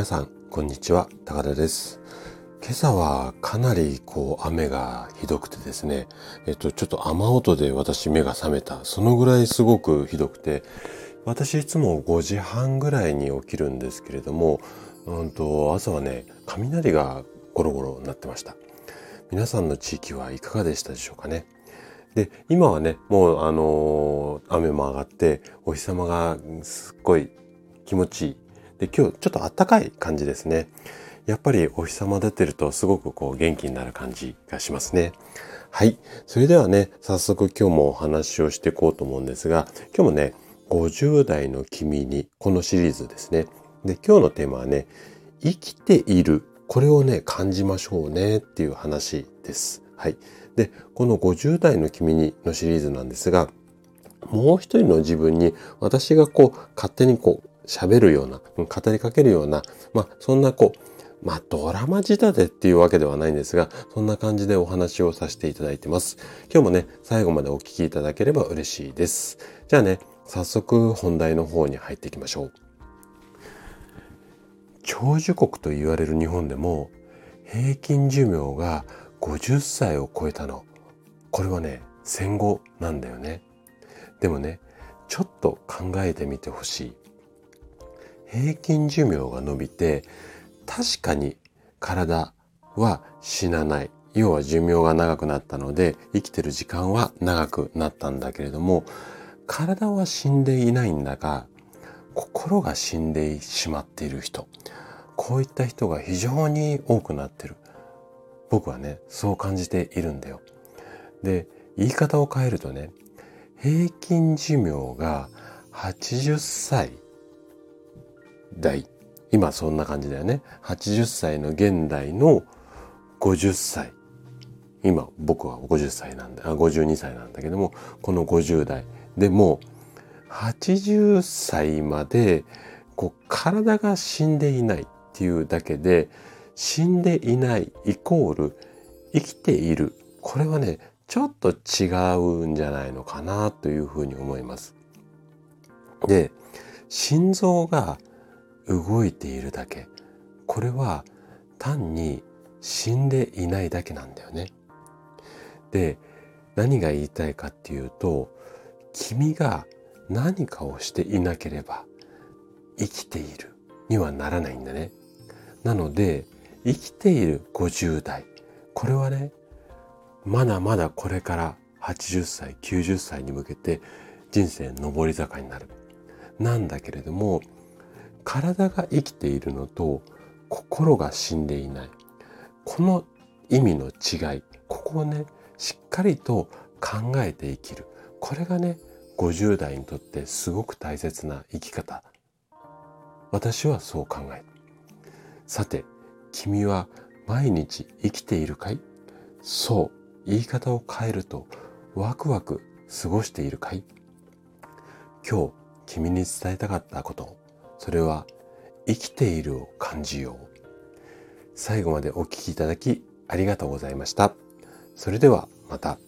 さんこんにちは、高田です。今朝はかなり雨がひどくてですね、ちょっと雨音で私目が覚めた。そのぐらいすごくひどくて、私いつも5時半ぐらいに起きるんですけれども、朝はね、雷がゴロゴロ鳴ってました。皆さんの地域はいかがでしたでしょうかね。で、今はね、もう雨も上がってお日様がすっごい気持ちいい。で、今日ちょっと暖かい感じですね。やっぱりお日様出てるとすごく元気になる感じがしますね。はい。それではね、早速今日もお話をしていこうと思うんですが、今日もね、50代の君に、このシリーズですね。で、今日のテーマはね、生きている。これをね、感じましょうねっていう話です。はい。で、この50代の君にのシリーズなんですが、もう一人の自分に私が勝手に喋るような、語りかけるような、そんなドラマ仕立てっていうわけではないんですが、そんな感じでお話をさせていただいてます。今日もね、最後までお聞きいただければ嬉しいです。じゃあね、早速本題の方に入っていきましょう。長寿国と言われる日本でも、平均寿命が50歳を超えたの。これはね、戦後なんだよね。でもね、ちょっと考えてみてほしい。平均寿命が伸びて、確かに体は死なない。要は寿命が長くなったので、生きてる時間は長くなったんだけれども、体は死んでいないんだが、心が死んでしまっている人。こういった人が非常に多くなってる。僕はね、そう感じているんだよ。で、言い方を変えるとね、平均寿命が80歳代。今そんな感じだよね。80歳の現代の50歳。今僕は50歳なんだ、52歳なんだけども、この50代でも80歳まで体が死んでいないっていうだけで、死んでいないイコール生きている。これはね、ちょっと違うんじゃないのかなというふうに思います。で、心臓が動いているだけ。これは単に死んでいないだけなんだよね。で、何が言いたいかっていうと、君が何かをしていなければ生きているにはならないんだね。なので、生きている50代。これはね、まだまだこれから80歳、90歳に向けて人生上り坂になる。なんだけれども、体が生きているのと心が死んでいない。この意味の違い。ここをね、しっかりと考えて生きる。これがね、50代にとってすごく大切な生き方。私はそう考える。さて、君は毎日生きているかい？そう、言い方を変えると、ワクワク過ごしているかい？今日、君に伝えたかったこと、それは、生きているを感じよう。最後までお聞きいただき、ありがとうございました。それでは、また。